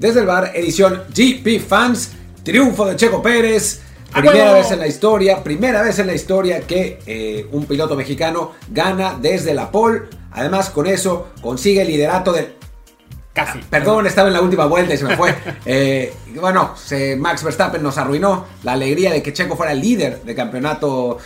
Desde el bar, edición GP Fans, triunfo de Checo Pérez. Primera vez en la historia que un piloto mexicano gana desde la pole. Además, con eso consigue el liderato del... Casi. Perdón, estaba en la última vuelta y se me fue. Max Verstappen nos arruinó la alegría de que Checo fuera el líder del campeonato.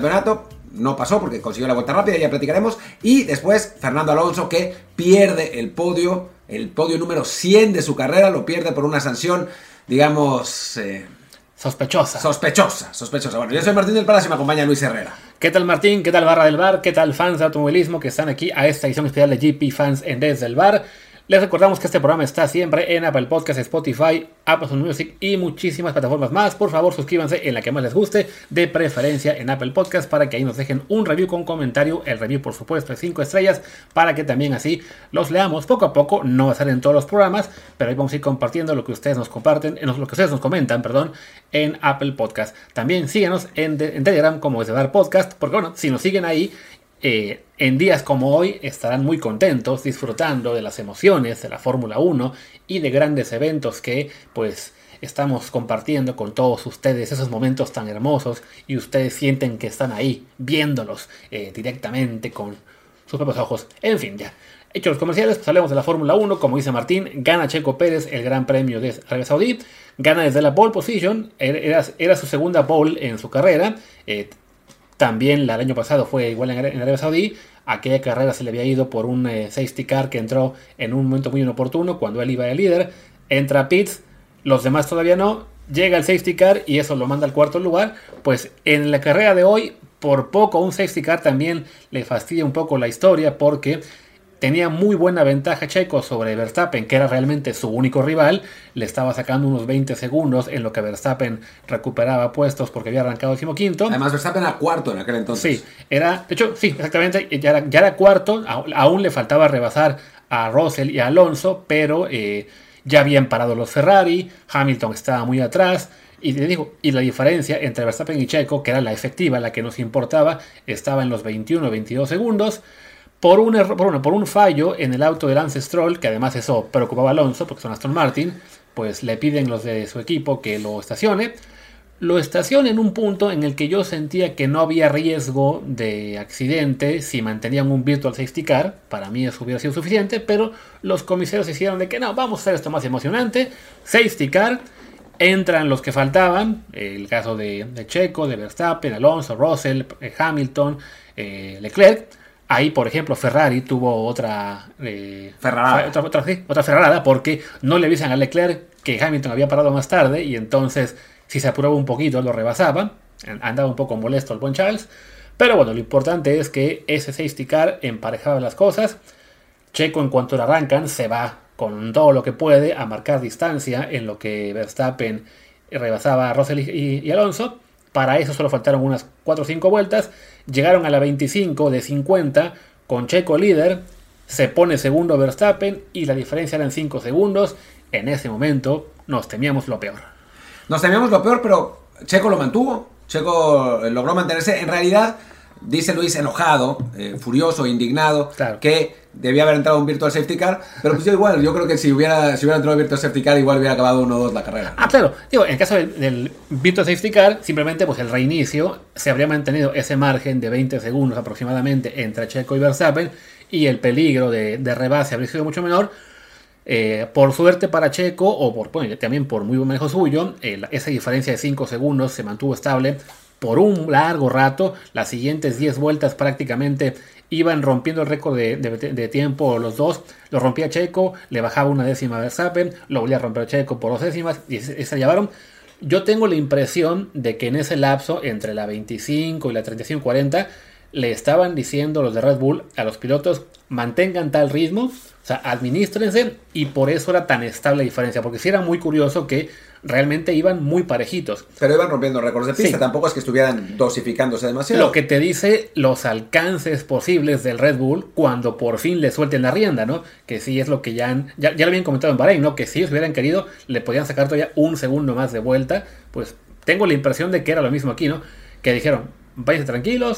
No pasó porque consiguió la vuelta rápida, ya platicaremos. Y después Fernando Alonso, que pierde el podio número 100 de su carrera, lo pierde por una sanción, digamos... Sospechosa. Bueno, yo soy Martín del Palacio y me acompaña Luis Herrera. ¿Qué tal, Martín? ¿Qué tal, Barra del Bar? ¿Qué tal, fans de automovilismo que están aquí a esta edición especial de GP Fans en Desde el Bar? Les recordamos que este programa está siempre en Apple Podcasts, Spotify, Amazon Music y muchísimas plataformas más. Por favor, suscríbanse en la que más les guste, de preferencia en Apple Podcasts, para que ahí nos dejen un review con comentario. El review, por supuesto, es 5 estrellas, para que también así los leamos poco a poco. No va a ser en todos los programas, pero ahí vamos a ir compartiendo lo que ustedes nos comparten, lo que ustedes nos comentan, en Apple Podcasts. También síganos en Telegram como Desde el Bar Podcast, porque bueno, si nos siguen ahí, en días como hoy estarán muy contentos disfrutando de las emociones de la Fórmula 1 y de grandes eventos que pues estamos compartiendo con todos ustedes, esos momentos tan hermosos, y ustedes sienten que están ahí viéndolos directamente con sus propios ojos. En fin, ya hechos los comerciales, pues hablemos de la Fórmula 1. Como dice Martín, gana Checo Pérez el Gran Premio de Arabia Saudí, gana desde la pole position, era su segunda pole en su carrera. También el año pasado fue igual en Arabia Saudí. Aquella carrera se le había ido por un safety car que entró en un momento muy inoportuno cuando él iba de líder. Entra a pits, los demás todavía no. Llega el safety car y eso lo manda al cuarto lugar. Pues en la carrera de hoy, por poco un safety car también le fastidia un poco la historia, porque tenía muy buena ventaja Checo sobre Verstappen, que era realmente su único rival. Le estaba sacando unos 20 segundos en lo que Verstappen recuperaba puestos porque había arrancado 15º. Además, Verstappen era cuarto en aquel entonces. Sí, exactamente, ya era cuarto. Aún le faltaba rebasar a Russell y a Alonso, pero ya habían parado los Ferrari. Hamilton estaba muy atrás. Y la diferencia entre Verstappen y Checo, que era la efectiva, la que nos importaba, estaba en los 21-22 segundos. Por un fallo en el auto de Lance Stroll, que además eso preocupaba a Alonso, porque son Aston Martin, pues le piden los de su equipo que lo estacione. Lo estaciona en un punto en el que yo sentía que no había riesgo de accidente si mantenían un virtual safety car. Para mí eso hubiera sido suficiente, pero los comisarios hicieron de que no, vamos a hacer esto más emocionante. Safety car, entran los que faltaban, el caso de Checo, de Verstappen, Alonso, Russell, Hamilton, Leclerc. Ahí, por ejemplo, Ferrari tuvo otra ferrarada, porque no le avisan a Leclerc que Hamilton había parado más tarde, y entonces, si se apuraba un poquito, lo rebasaba. Andaba un poco molesto el buen Charles. Pero bueno, lo importante es que ese safety car emparejaba las cosas. Checo, en cuanto lo arrancan, se va con todo lo que puede a marcar distancia, en lo que Verstappen rebasaba a Russell y Alonso. Para eso solo faltaron unas 4 o 5 vueltas. Llegaron a la 25 de 50 con Checo líder. Se pone segundo Verstappen y la diferencia eran 5 segundos. En ese momento nos temíamos lo peor. Pero Checo lo mantuvo. Checo logró mantenerse. En realidad, dice Luis enojado, furioso, indignado, claro, que debía haber entrado un virtual safety car, pero pues yo creo que si hubiera entrado un virtual safety car, igual hubiera acabado 1-2 la carrera. Claro, en el caso del virtual safety car, simplemente pues el reinicio se habría mantenido ese margen de 20 segundos aproximadamente entre Checo y Verstappen, y el peligro de rebase habría sido mucho menor. Por suerte para Checo, o también por muy buen manejo suyo, esa diferencia de 5 segundos se mantuvo estable por un largo rato. Las siguientes 10 vueltas prácticamente iban rompiendo el récord de tiempo los dos. Lo rompía Checo, le bajaba una décima a Verstappen, lo volvía a romper Checo por 2 décimas, y se llevaron. Yo tengo la impresión de que en ese lapso, entre la 25 y la 35-40, le estaban diciendo los de Red Bull a los pilotos: mantengan tal ritmo, o sea, administrense, y por eso era tan estable la diferencia, porque sí era muy curioso que realmente iban muy parejitos. Pero iban rompiendo récords de pista, sí. Tampoco es que estuvieran dosificándose demasiado. Lo que te dice los alcances posibles del Red Bull cuando por fin le suelten la rienda, ¿no? Que sí es lo que ya lo habían comentado en Bahrein, ¿no? Que si ellos hubieran querido, le podían sacar todavía un segundo más de vuelta. Pues tengo la impresión de que era lo mismo aquí, ¿no? Que dijeron: váyanse tranquilos,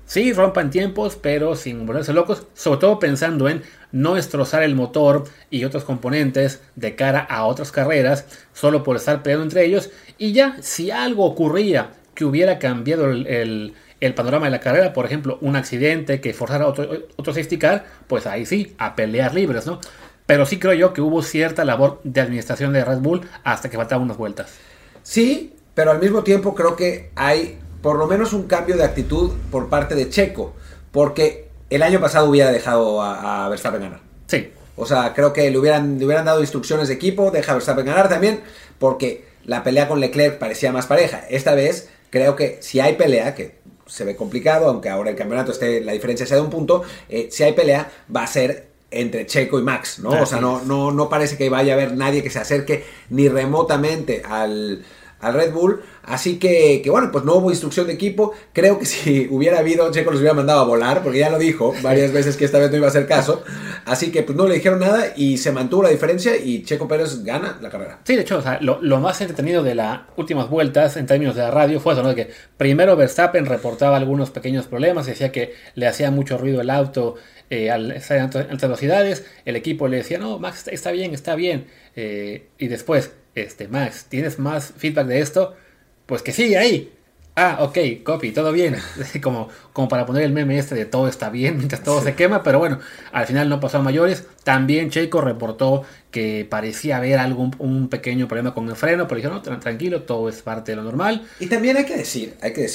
Sí, rompan tiempos, pero sin volverse locos, sobre todo pensando en no destrozar el motor y otros componentes de cara a otras carreras, solo por estar peleando entre ellos. Y ya, si algo ocurría que hubiera cambiado el panorama de la carrera, por ejemplo, un accidente que forzara otro safety car, pues ahí sí, a pelear libres, ¿no? Pero sí creo yo que hubo cierta labor de administración de Red Bull hasta que faltaban unas vueltas. Sí, pero al mismo tiempo creo que hay por lo menos un cambio de actitud por parte de Checo, porque el año pasado hubiera dejado a Verstappen ganar. Sí. O sea, creo que le hubieran dado instrucciones de equipo, deja a Verstappen ganar también, porque la pelea con Leclerc parecía más pareja. Esta vez creo que si hay pelea, que se ve complicado, aunque ahora el campeonato la diferencia sea de un punto, si hay pelea va a ser entre Checo y Max, ¿no? O sea, no parece que vaya a haber nadie que se acerque ni remotamente al Red Bull, así que bueno, pues no hubo instrucción de equipo. Creo que si hubiera habido, Checo los hubiera mandado a volar, porque ya lo dijo varias veces que esta vez no iba a hacer caso, así que pues no le dijeron nada y se mantuvo la diferencia y Checo Pérez gana la carrera. Sí, de hecho, o sea, lo más entretenido de las últimas vueltas en términos de la radio fue eso, ¿no? De que primero Verstappen reportaba algunos pequeños problemas, decía que le hacía mucho ruido el auto al estar en altas velocidades, el equipo le decía, no, Max, está bien, y después, Max, ¿tienes más feedback de esto? Pues que sigue ahí. Ah, ok, copy, todo bien. como para poner el meme de todo está bien mientras todo se quema, pero bueno, al final no pasó a mayores. También Checo reportó que parecía haber un pequeño problema con el freno, pero dijo, no, tranquilo, todo es parte de lo normal. Y también hay que decir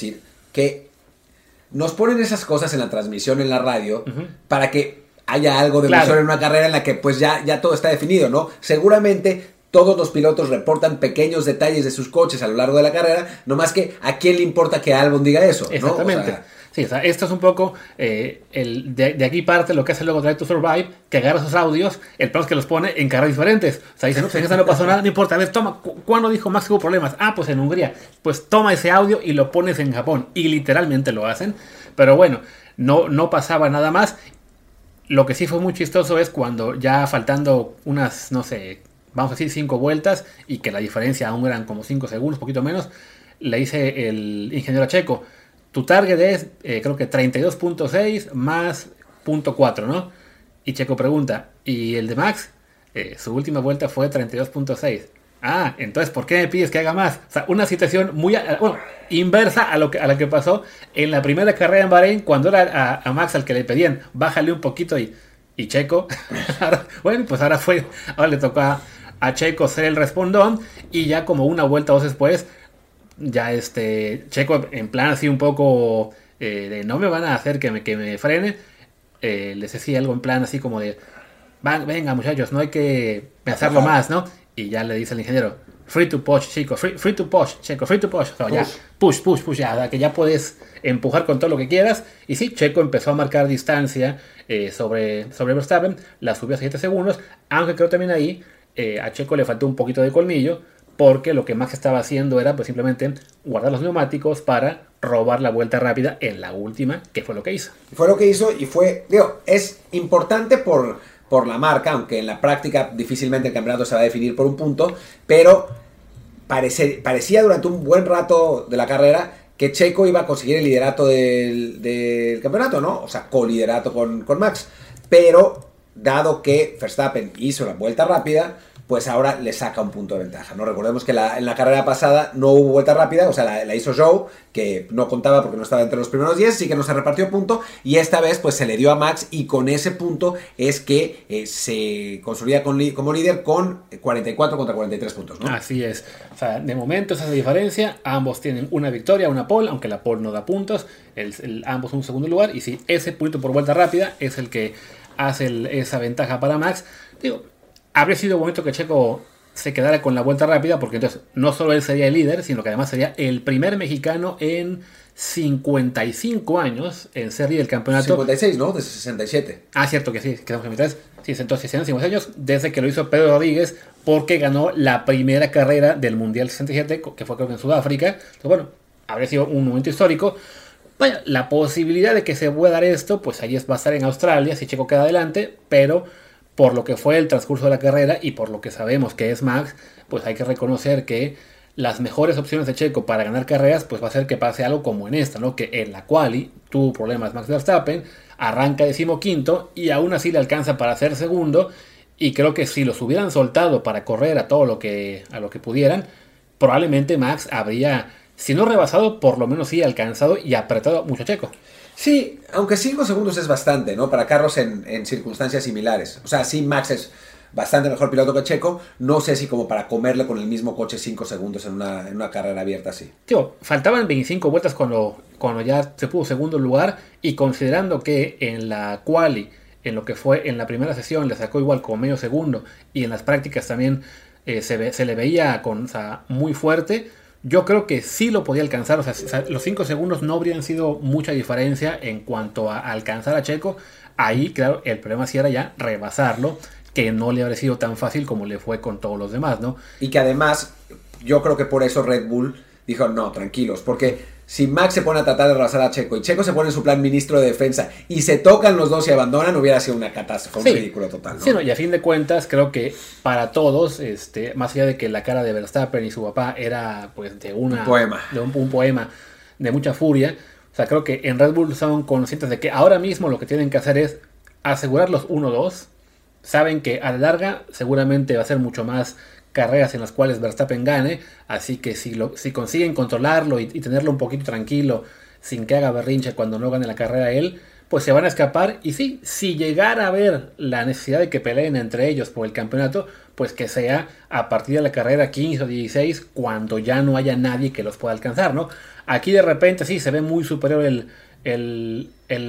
que nos ponen esas cosas en la transmisión, en la radio, para que haya algo de emoción en una carrera en la que pues ya todo está definido, ¿no? Seguramente todos los pilotos reportan pequeños detalles de sus coches a lo largo de la carrera, no más que a quién le importa que Albon diga eso, ¿no? Exactamente. O sea, sí, o sea, esto es un poco de aquí parte lo que hace luego Drive to Survive, que agarra esos audios, el problema es que los pone en carreras diferentes. O sea, dice, no, pues en esta no pasó nada, no importa, a ver, toma, ¿cuándo dijo Max que hubo problemas? Ah, pues en Hungría. Pues toma ese audio y lo pones en Japón. Y literalmente lo hacen. Pero bueno, no pasaba nada más. Lo que sí fue muy chistoso es cuando ya faltando unas, no sé, vamos a decir 5 vueltas y que la diferencia aún eran como 5 segundos, poquito menos, le dice el ingeniero a Checo, tu target es creo que 32.6 más 0.4, ¿no? Y Checo pregunta, ¿y el de Max? Su última vuelta fue 32.6. Ah, entonces, ¿por qué me pides que haga más? O sea, una situación muy inversa a la que pasó en la primera carrera en Bahrein, cuando era a Max al que le pedían, bájale un poquito y Checo, bueno, pues ahora le tocó a Checo ser el respondón, y ya como una vuelta o dos después, ya Checo en plan así un poco de no me van a hacer que me frene, les decía algo en plan así como de, venga muchachos, no hay que hacerlo más, ¿no? Y ya le dice el ingeniero, free to push, Checo, free to push, Checo, free to push. O sea, ya, push, ya, que ya puedes empujar con todo lo que quieras. Y sí, Checo empezó a marcar distancia sobre Verstappen, la subió a 7 segundos, aunque creo también ahí a Checo le faltó un poquito de colmillo, porque lo que Max estaba haciendo era pues simplemente guardar los neumáticos para robar la vuelta rápida en la última, que fue lo que hizo. Fue lo que hizo y es importante por la marca, aunque en la práctica difícilmente el campeonato se va a definir por un punto, pero parecía durante un buen rato de la carrera que Checo iba a conseguir el liderato del campeonato, ¿no? O sea, coliderato con Max, pero dado que Verstappen hizo la vuelta rápida, pues ahora le saca un punto de ventaja, ¿no? Recordemos que en la carrera pasada no hubo vuelta rápida, o sea, la hizo Zhou, que no contaba porque no estaba entre los primeros 10, así que no se repartió punto, y esta vez pues se le dio a Max, y con ese punto es que se consolida como líder con 44 contra 43 puntos, ¿no? Así es, o sea, de momento esa es la diferencia, ambos tienen una victoria, una pole, aunque la pole no da puntos, ambos un segundo lugar, y sí, ese punto por vuelta rápida es el que hace esa ventaja para Max. Digo, habría sido bonito que Checo se quedara con la vuelta rápida, porque entonces no solo él sería el líder, sino que además sería el primer mexicano en 55 años en ser líder del campeonato. 56, ¿no? De 67. Ah, cierto que sí, quedamos en mitad. Sí, entonces 50 años desde que lo hizo Pedro Rodríguez, porque ganó la primera carrera del Mundial 67, que fue creo que en Sudáfrica. Entonces, bueno, habría sido un momento histórico. Vaya, la posibilidad de que se pueda dar esto, pues ahí va a estar en Australia, si Checo queda adelante, pero por lo que fue el transcurso de la carrera y por lo que sabemos que es Max, pues hay que reconocer que las mejores opciones de Checo para ganar carreras, pues va a ser que pase algo como en esta, ¿no? Que en la quali tuvo problemas Max Verstappen, arranca 15º y aún así le alcanza para ser segundo. Y creo que si los hubieran soltado para correr a lo que pudieran, probablemente Max habría, si no rebasado, por lo menos sí alcanzado y apretado mucho a Checo. Sí, aunque 5 segundos es bastante, ¿no? Para carros en circunstancias similares. O sea, sí, Max es bastante mejor piloto que Checo. No sé si como para comerle con el mismo coche 5 segundos en una carrera abierta así. Tío, faltaban 25 vueltas cuando ya se pudo segundo lugar, y considerando que en la quali, en lo que fue en la primera sesión, le sacó igual como medio segundo, y en las prácticas también se le veía muy fuerte. Yo creo que sí lo podía alcanzar. O sea, los 5 segundos no habrían sido mucha diferencia en cuanto a alcanzar a Checo. Ahí, claro, el problema sí era ya rebasarlo, que no le habría sido tan fácil como le fue con todos los demás, ¿no? Y que además, yo creo que por eso Red Bull dijo, no, tranquilos, porque si Max se pone a tratar de rebasar a Checo y Checo se pone en su plan ministro de defensa y se tocan los dos y abandonan, hubiera sido una catástrofe, un ridículo total, ¿no? Sí, no, y a fin de cuentas creo que para todos, más allá de que la cara de Verstappen y su papá era pues de un poema de mucha furia, o sea, creo que en Red Bull son conscientes de que ahora mismo lo que tienen que hacer es asegurar los 1-2. Saben que a la larga seguramente va a ser mucho más carreras en las cuales Verstappen gane, así que si consiguen controlarlo y tenerlo un poquito tranquilo, sin que haga berrinche cuando no gane la carrera él, pues se van a escapar. Y sí, si llegara a haber la necesidad de que peleen entre ellos por el campeonato, pues que sea a partir de la carrera 15 o 16, cuando ya no haya nadie que los pueda alcanzar, ¿no? Aquí de repente sí se ve muy superior el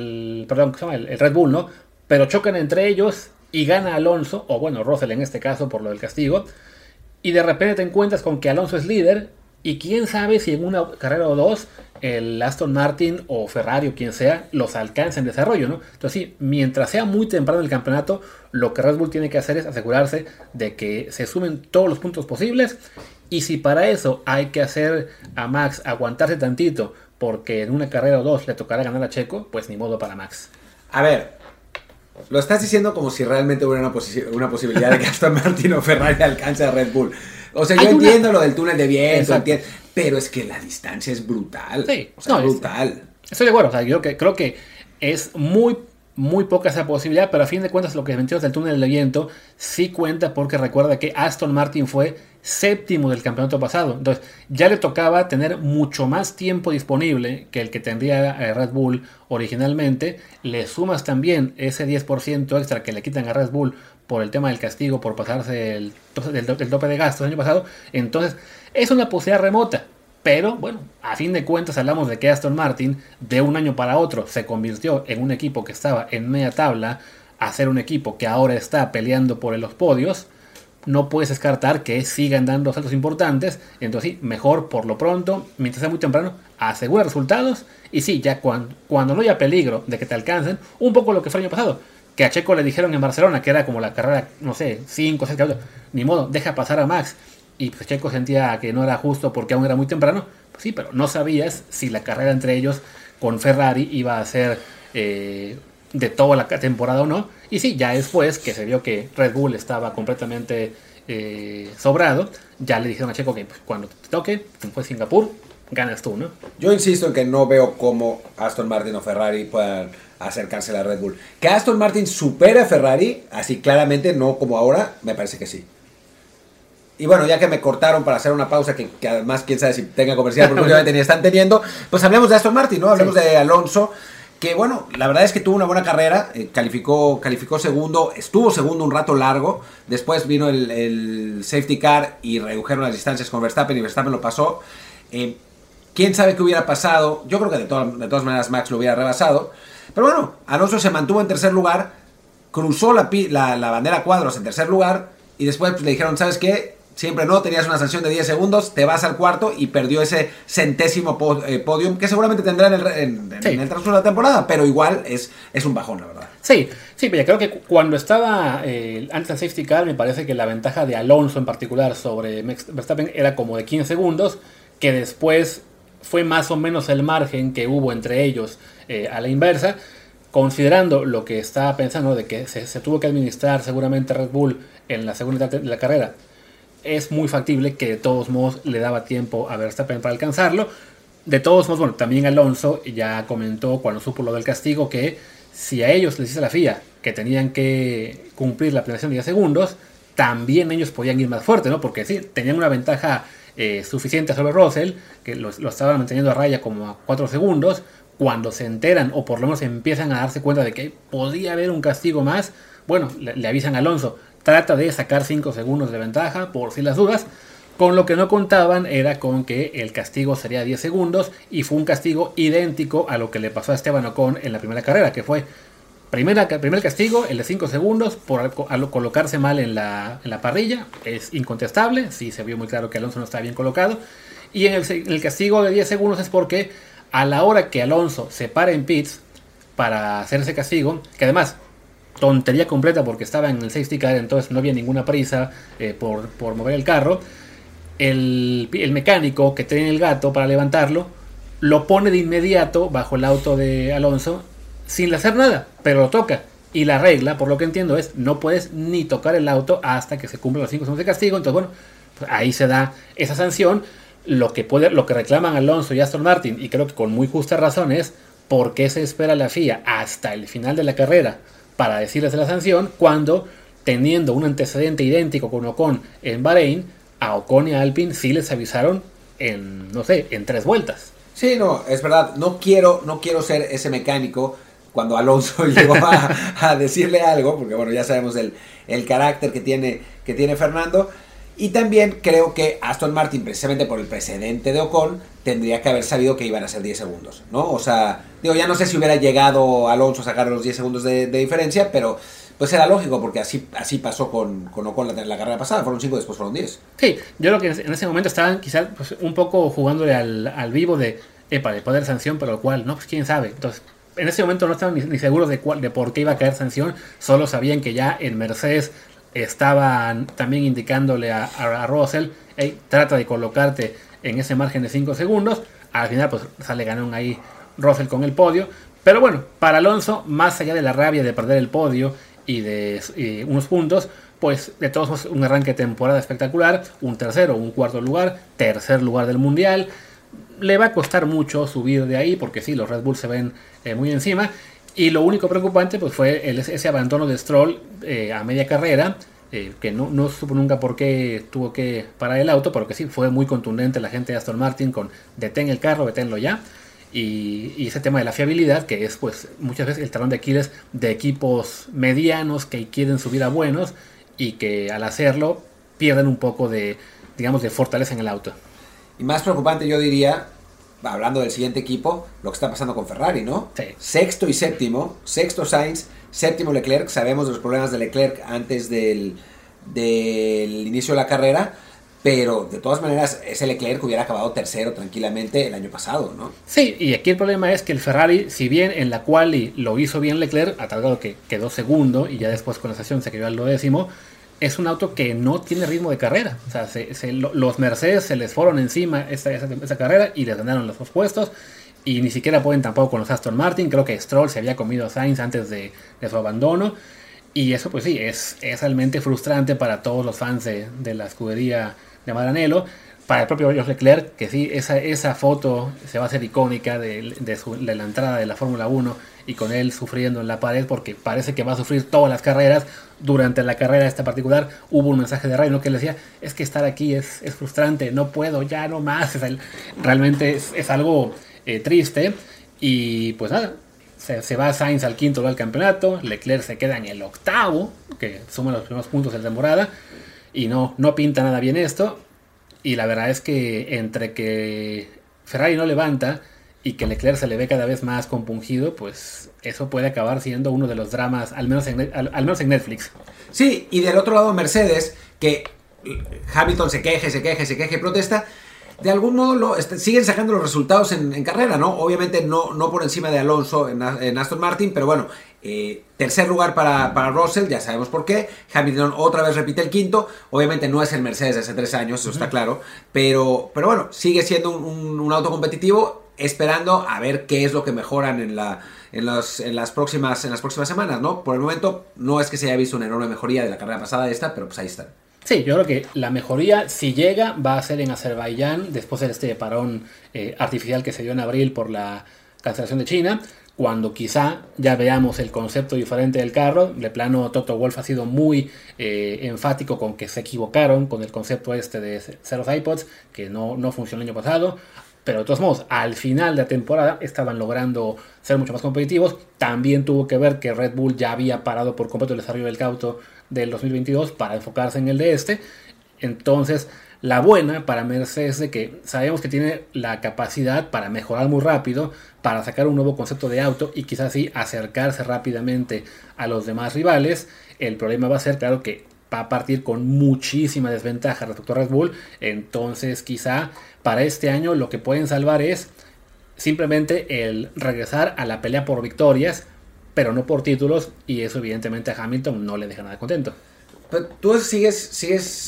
Red Bull, ¿no? Pero chocan entre ellos y gana Alonso, o bueno, Russell en este caso por lo del castigo. Y de repente te encuentras con que Alonso es líder, y quién sabe si en una carrera o dos el Aston Martin o Ferrari o quien sea los alcanza en desarrollo, ¿no? Entonces sí, mientras sea muy temprano el campeonato, lo que Red Bull tiene que hacer es asegurarse de que se sumen todos los puntos posibles. Y si para eso hay que hacer a Max aguantarse tantito porque en una carrera o dos le tocará ganar a Checo, pues ni modo para Max. A ver, lo estás diciendo como si realmente hubiera una posibilidad de que Aston Martin o Ferrari alcance a Red Bull. O sea, yo entiendo lo del túnel de viento, pero es que la distancia es brutal. Sí, o sea, brutal. Estoy de acuerdo. O sea, yo creo que es muy poca esa posibilidad, pero a fin de cuentas lo que mencionas del túnel de viento sí cuenta, porque recuerda que Aston Martin fue séptimo del campeonato pasado. Entonces ya le tocaba tener mucho más tiempo disponible que el que tendría Red Bull originalmente. Le sumas también ese 10% extra que le quitan a Red Bull por el tema del castigo, por pasarse el tope de gastos el año pasado. Entonces es una posibilidad remota. Pero bueno, a fin de cuentas hablamos de que Aston Martin de un año para otro se convirtió en un equipo que estaba en media tabla a ser un equipo que ahora está peleando por los podios. No puedes descartar que sigan dando saltos importantes. Entonces sí, mejor por lo pronto, mientras sea muy temprano, asegura resultados. Y sí, ya cuando no haya peligro de que te alcancen, un poco lo que fue el año pasado, que a Checo le dijeron en Barcelona que era como la carrera, no sé, 5 o 6 kilómetros, ni modo, deja pasar a Max. Y pues Checo sentía que no era justo porque aún era muy temprano. Pues sí, pero no sabías si la carrera entre ellos con Ferrari iba a ser de toda la temporada o no. Y sí, ya después que se vio que Red Bull estaba completamente sobrado, ya le dijeron a Checo que pues, cuando te toque, fue Singapur, ganas tú, ¿no? Yo insisto en que no veo cómo Aston Martin o Ferrari puedan acercarse a la Red Bull. Que Aston Martin supere a Ferrari, así claramente, no como ahora, me parece que sí. Y bueno, ya que me cortaron para hacer una pausa, que además quién sabe si tenga comercial, porque últimamente ni están teniendo, pues hablemos de Aston Martin, ¿no? Hablemos de Alonso, que bueno, la verdad es que tuvo una buena carrera, calificó segundo, estuvo segundo un rato largo, después vino el safety car y redujeron las distancias con Verstappen y Verstappen lo pasó. Quién sabe qué hubiera pasado, yo creo que de todas maneras Max lo hubiera rebasado, pero bueno, Alonso se mantuvo en tercer lugar, cruzó la bandera cuadros en tercer lugar y después pues, le dijeron, ¿sabes qué? Siempre no, tenías una sanción de 10 segundos, te vas al cuarto y perdió ese centésimo podium que seguramente tendrá en el transcurso de la temporada, pero igual es un bajón, la verdad. Sí, pero creo que cuando estaba antes del safety car, me parece que la ventaja de Alonso en particular sobre Verstappen era como de 15 segundos, que después fue más o menos el margen que hubo entre ellos a la inversa, considerando lo que estaba pensando de que se tuvo que administrar seguramente Red Bull en la segunda etapa de la carrera. es muy factible que de todos modos le daba tiempo a Verstappen para alcanzarlo. De todos modos, bueno, también Alonso ya comentó cuando supo lo del castigo que si a ellos les dice la FIA que tenían que cumplir la penalización de 10 segundos, también ellos podían ir más fuerte, ¿no? Porque sí, tenían una ventaja suficiente sobre Russell, que lo estaban manteniendo a raya como a 4 segundos. Cuando se enteran, o por lo menos empiezan a darse cuenta de que podía haber un castigo más, bueno, le avisan a Alonso, trata de sacar 5 segundos de ventaja, por si las dudas. Con lo que no contaban era con que el castigo sería 10 segundos, y fue un castigo idéntico a lo que le pasó a Esteban Ocon en la primera carrera, que fue primer castigo, el de 5 segundos, por colocarse mal en la parrilla. Es incontestable, sí se vio muy claro que Alonso no estaba bien colocado. Y en el castigo de 10 segundos es porque a la hora que Alonso se para en pits para hacer ese castigo, que además, tontería completa porque estaba en el safety car, entonces no había ninguna prisa por mover el carro, el mecánico que tiene el gato para levantarlo, lo pone de inmediato bajo el auto de Alonso, sin hacer nada, pero lo toca. Y la regla, por lo que entiendo, es no puedes ni tocar el auto hasta que se cumplan los 5 segundos de castigo. Entonces, bueno, pues ahí se da esa sanción. Lo que reclaman Alonso y Aston Martin, y creo que con muy justa razón, es por qué se espera la FIA hasta el final de la carrera para decirles de la sanción, cuando, teniendo un antecedente idéntico con Ocon en Bahrein, a Ocon y a Alpine sí les avisaron en 3 vueltas. Sí, no, es verdad, no quiero ser ese mecánico cuando Alonso llegó a decirle algo, porque bueno, ya sabemos el carácter que tiene Fernando. Y también creo que Aston Martin, precisamente por el precedente de Ocon, tendría que haber sabido que iban a ser 10 segundos, ¿no? O sea, ya no sé si hubiera llegado Alonso a sacar los 10 segundos de diferencia, pero pues era lógico, porque así pasó con Ocon la carrera pasada. Fueron 5, después fueron 10. Sí, yo creo que en ese momento estaban quizás pues, un poco jugándole al vivo de le puede haber sanción, pero cuál, ¿no? Pues quién sabe. Entonces, en ese momento no estaban ni seguros de por qué iba a caer sanción, solo sabían que ya en Mercedes estaban también indicándole a Russell, hey, trata de colocarte en ese margen de 5 segundos. Al final pues sale ganón ahí Russell con el podio. Pero bueno, para Alonso, más allá de la rabia de perder el podio y de unos puntos, pues de todos modos un arranque de temporada espectacular, un tercero, un cuarto lugar, tercer lugar del mundial. Le va a costar mucho subir de ahí, porque sí, los Red Bull se ven muy encima. Y lo único preocupante pues fue ese abandono de Stroll a media carrera, que no supo nunca por qué tuvo que parar el auto, pero que sí fue muy contundente la gente de Aston Martin con detén el carro, deténlo ya. Y ese tema de la fiabilidad, que es pues muchas veces el talón de Aquiles de equipos medianos que quieren subir a buenos y que al hacerlo pierden un poco de fortaleza en el auto. Y más preocupante, yo diría, hablando del siguiente equipo, lo que está pasando con Ferrari, ¿no? Sí. Sexto y séptimo. Sexto Sainz, séptimo Leclerc. Sabemos de los problemas de Leclerc antes del inicio de la carrera, pero de todas maneras ese Leclerc hubiera acabado tercero tranquilamente el año pasado, ¿no? Sí, y aquí el problema es que el Ferrari, si bien en la quali lo hizo bien Leclerc, a tal grado que quedó segundo y ya después con la sesión se quedó al 10º, es un auto que no tiene ritmo de carrera. O sea, los Mercedes se les fueron encima esa carrera y les ganaron los 2 puestos. Y ni siquiera pueden tampoco con los Aston Martin. Creo que Stroll se había comido a Sainz antes de su abandono. Y eso pues sí, es realmente frustrante para todos los fans de la escudería de Maranello. Para el propio George Leclerc, que sí, esa foto se va a hacer icónica de la entrada de la Fórmula 1 y con él sufriendo en la pared, porque parece que va a sufrir todas las carreras. Durante la carrera esta particular hubo un mensaje de radio que le decía, es que estar aquí es frustrante, no puedo, ya no más. Realmente es algo triste. Y pues nada, se va Sainz al 5º lugar del campeonato, Leclerc se queda en el 8º, que suma los primeros puntos de la temporada, y no pinta nada bien esto. Y la verdad es que entre que Ferrari no levanta y que Leclerc se le ve cada vez más compungido, pues eso puede acabar siendo uno de los dramas, al menos en Netflix. Sí, y del otro lado Mercedes, que Hamilton se queje, protesta. De algún modo siguen sacando los resultados en carrera, ¿no? Obviamente no por encima de Alonso en Aston Martin, pero bueno, tercer lugar para Russell, ya sabemos por qué. Hamilton otra vez repite el 5º. Obviamente no es el Mercedes de hace 3 años, eso está claro, pero bueno, sigue siendo un auto competitivo, esperando a ver qué es lo que mejoran en las próximas semanas, ¿no? Por el momento no es que se haya visto una enorme mejoría de la carrera pasada de esta, pero pues ahí están. Sí, yo creo que la mejoría, si llega, va a ser en Azerbaiyán, después de este parón artificial que se dio en abril por la cancelación de China, cuando quizá ya veamos el concepto diferente del carro. De plano, Toto Wolff ha sido muy enfático con que se equivocaron con el concepto este de ceros iPods, que no funcionó el año pasado. Pero de todos modos, al final de la temporada estaban logrando ser mucho más competitivos. También tuvo que ver que Red Bull ya había parado por completo el desarrollo del auto del 2022 para enfocarse en el de este. Entonces, la buena para Mercedes es de que sabemos que tiene la capacidad para mejorar muy rápido, para sacar un nuevo concepto de auto y quizás así acercarse rápidamente a los demás rivales. El problema va a ser, claro, que va a partir con muchísima desventaja respecto a Red Bull. Entonces, quizá para este año lo que pueden salvar es simplemente el regresar a la pelea por victorias, pero no por títulos, y eso evidentemente a Hamilton no le deja nada contento. Pero tú sigues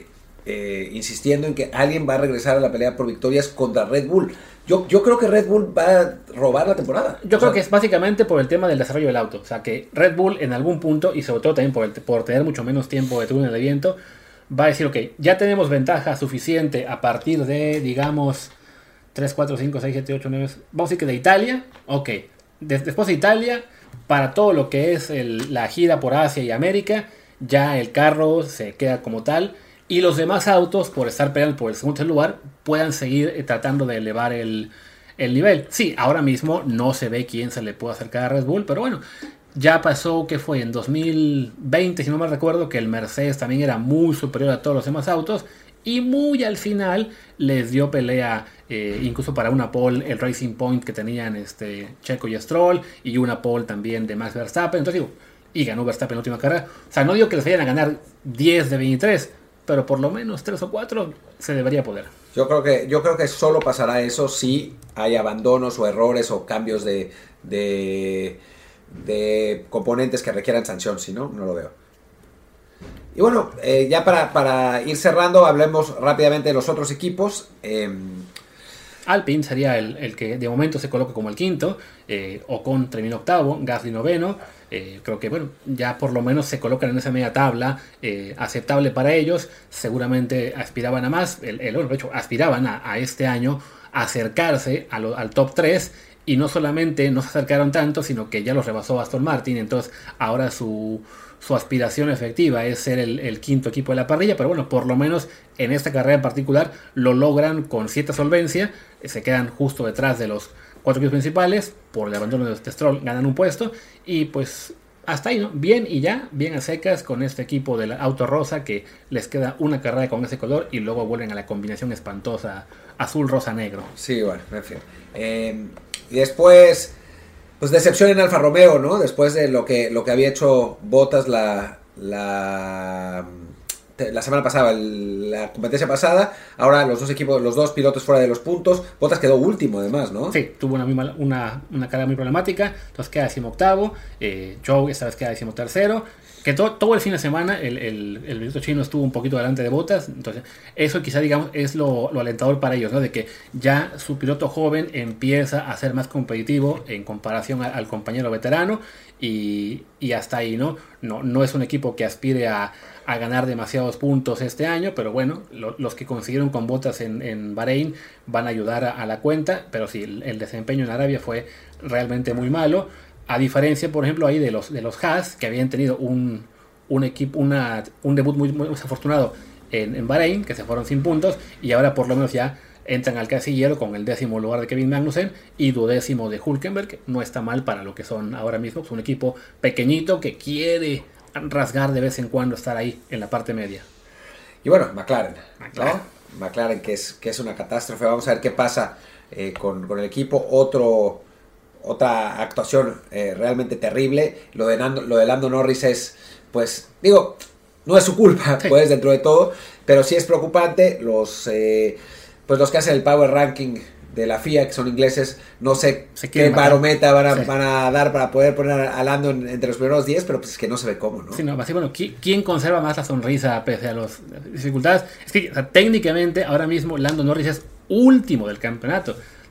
insistiendo en que alguien va a regresar a la pelea por victorias contra Red Bull. Yo creo que Red Bull va a robar la temporada. Yo creo que es básicamente por el tema del desarrollo del auto. O sea, que Red Bull en algún punto, y sobre todo también por tener mucho menos tiempo de túnel de viento, va a decir, ok, ya tenemos ventaja suficiente a partir de, digamos, 3, 4, 5, 6, 7, 8, 9, vamos a decir que de Italia, ok. Después de Italia, para todo lo que es la gira por Asia y América, ya el carro se queda como tal. Y los demás autos, por estar peleando por el segundo lugar, puedan seguir tratando de elevar el nivel. Sí, ahora mismo no se ve quién se le puede acercar a Red Bull, pero bueno, ya pasó que fue en 2020, si no me recuerdo, que el Mercedes también era muy superior a todos los demás autos. Y muy al final les dio pelea, incluso para una pole, el Racing Point que tenían Checo y Stroll, y una pole también de Max Verstappen. Entonces digo, y ganó Verstappen en la última carrera. O sea, no digo que les vayan a ganar 10 de 23, pero por lo menos 3 o 4 se debería poder. Yo creo que solo pasará eso si hay abandonos o errores o cambios de componentes que requieran sanción. Si no, no lo veo. Y bueno, ya para ir cerrando, hablemos rápidamente de los otros equipos. Alpine sería el que de momento se coloca como el quinto. Ocon terminó octavo, Gasly noveno. Creo que bueno, ya por lo menos se colocan en esa media tabla aceptable para ellos. Seguramente aspiraban a más. De hecho, aspiraban a este año acercarse al top 3. Y no solamente no se acercaron tanto, sino que ya los rebasó Aston Martin. Entonces ahora su aspiración efectiva es ser el quinto equipo de la parrilla. Pero bueno, por lo menos en esta carrera en particular lo logran con cierta solvencia. Se quedan justo detrás de los 4 equipos principales. Por el abandono de Stroll ganan un puesto. Y pues hasta ahí, ¿no? Bien y ya, bien a secas con este equipo del auto rosa, que les queda una carrera con ese color y luego vuelven a la combinación espantosa azul, rosa, negro. Sí, bueno, en fin. Y después, pues decepción en Alfa Romeo, ¿no? Después de lo que había hecho Bottas la semana pasada, la competencia pasada. Ahora los dos pilotos fuera de los puntos. Bottas quedó último además, ¿no? Sí, tuvo una carrera muy problemática. Entonces queda 18º. Zhou esta vez queda 13º. Que todo el fin de semana el piloto chino estuvo un poquito delante de Bottas. Entonces eso quizá digamos es lo alentador para ellos, ¿no? De que ya su piloto joven empieza a ser más competitivo en comparación al compañero veterano. Y hasta ahí, ¿no? No es un equipo que aspire a ganar demasiados puntos este año, pero bueno, los que consiguieron con Bottas en Bahrein van a ayudar a la cuenta. Pero sí, el desempeño en Arabia fue realmente muy malo. A diferencia, por ejemplo, ahí de los Haas, que habían tenido un debut muy desafortunado en Bahrein, que se fueron sin puntos, y ahora por lo menos ya entran al casillero con el 10º lugar de Kevin Magnussen y 12º de Hülkenberg, que no está mal para lo que son ahora mismo. Es un equipo pequeñito que quiere rasgar de vez en cuando estar ahí en la parte media. Y bueno, McLaren. ¿No? McLaren, que es una catástrofe. Vamos a ver qué pasa con el equipo. Otra actuación realmente terrible. Lo de Lando Norris es, pues, digo, no es su culpa, sí, pues, dentro de todo, pero sí es preocupante. Los que hacen el Power Ranking de la FIA, que son ingleses, no sé qué barometa van a dar para poder poner a Lando entre los primeros 10, pero pues es que no se ve cómo, ¿no? Sí, no, así, bueno, ¿quién conserva más la sonrisa pese a las dificultades? Es que, o sea, técnicamente, ahora mismo Lando Norris es último del campeonato.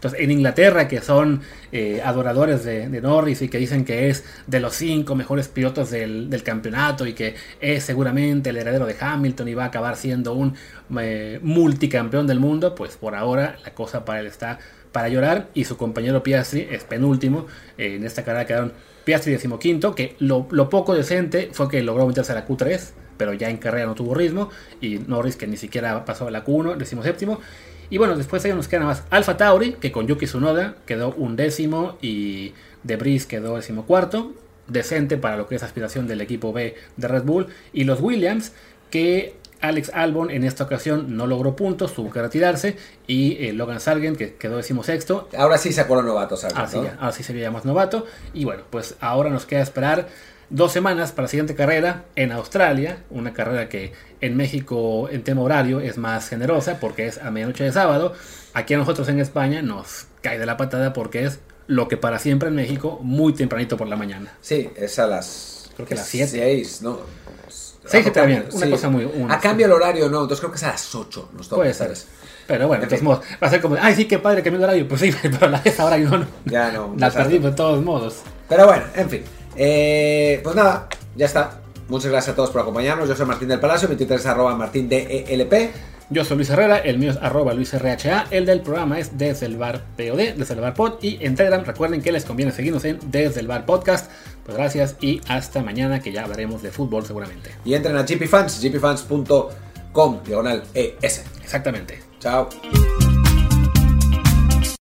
Entonces, en Inglaterra, que son adoradores de Norris y que dicen que es de los 5 mejores pilotos del campeonato y que es seguramente el heredero de Hamilton y va a acabar siendo un multicampeón del mundo, pues por ahora la cosa para él está para llorar, y su compañero Piastri es penúltimo. En esta carrera quedaron Piastri 15º, que lo poco decente fue que logró meterse a la Q3, pero ya en carrera no tuvo ritmo, y Norris, que ni siquiera pasó a la Q1, 17º. Y bueno, después ahí nos queda nada más Alfa Tauri, que con Yuki Tsunoda quedó 11º y De Vries quedó 14º, decente para lo que es aspiración del equipo B de Red Bull. Y los Williams, que Alex Albon en esta ocasión no logró puntos, tuvo que retirarse, y Logan Sargent, que quedó 16º. Ahora sí sacó los novatos, Sargent, ¿no? Ahora sí se veía más novato. Y bueno, pues ahora nos queda esperar 2 semanas para la siguiente carrera en Australia, una carrera que en México en tema horario es más generosa porque es a medianoche de sábado. Aquí a nosotros en España nos cae de la patada porque es lo que para siempre en México, muy tempranito por la mañana. Sí, es a las... Creo que a las 7. 6, ¿no? 6 está bien, una cosa muy... A cambio el horario, no, entonces creo que es a las 8. Nos toca. Puede ser. Pero bueno, de todos modos, va a ser como, ay, sí, qué padre, cambió el horario. Pues sí, pero a esa hora no. Ya no. La perdimos de todos modos. Pero bueno, en fin. Pues nada, ya está. Muchas gracias a todos por acompañarnos. Yo soy Martín del Palacio, mi Twitter es @martindelp. Yo soy Luis Herrera, el mío es @LuisRHA, el del programa es Desde el Bar POD, Desde el Bar Pod, y en Telegram recuerden que les conviene seguirnos en Desde el Bar Podcast. Pues gracias y hasta mañana, que ya hablaremos de fútbol seguramente. Y entren a GPFans, gpfans.com/ES. Exactamente. Chao.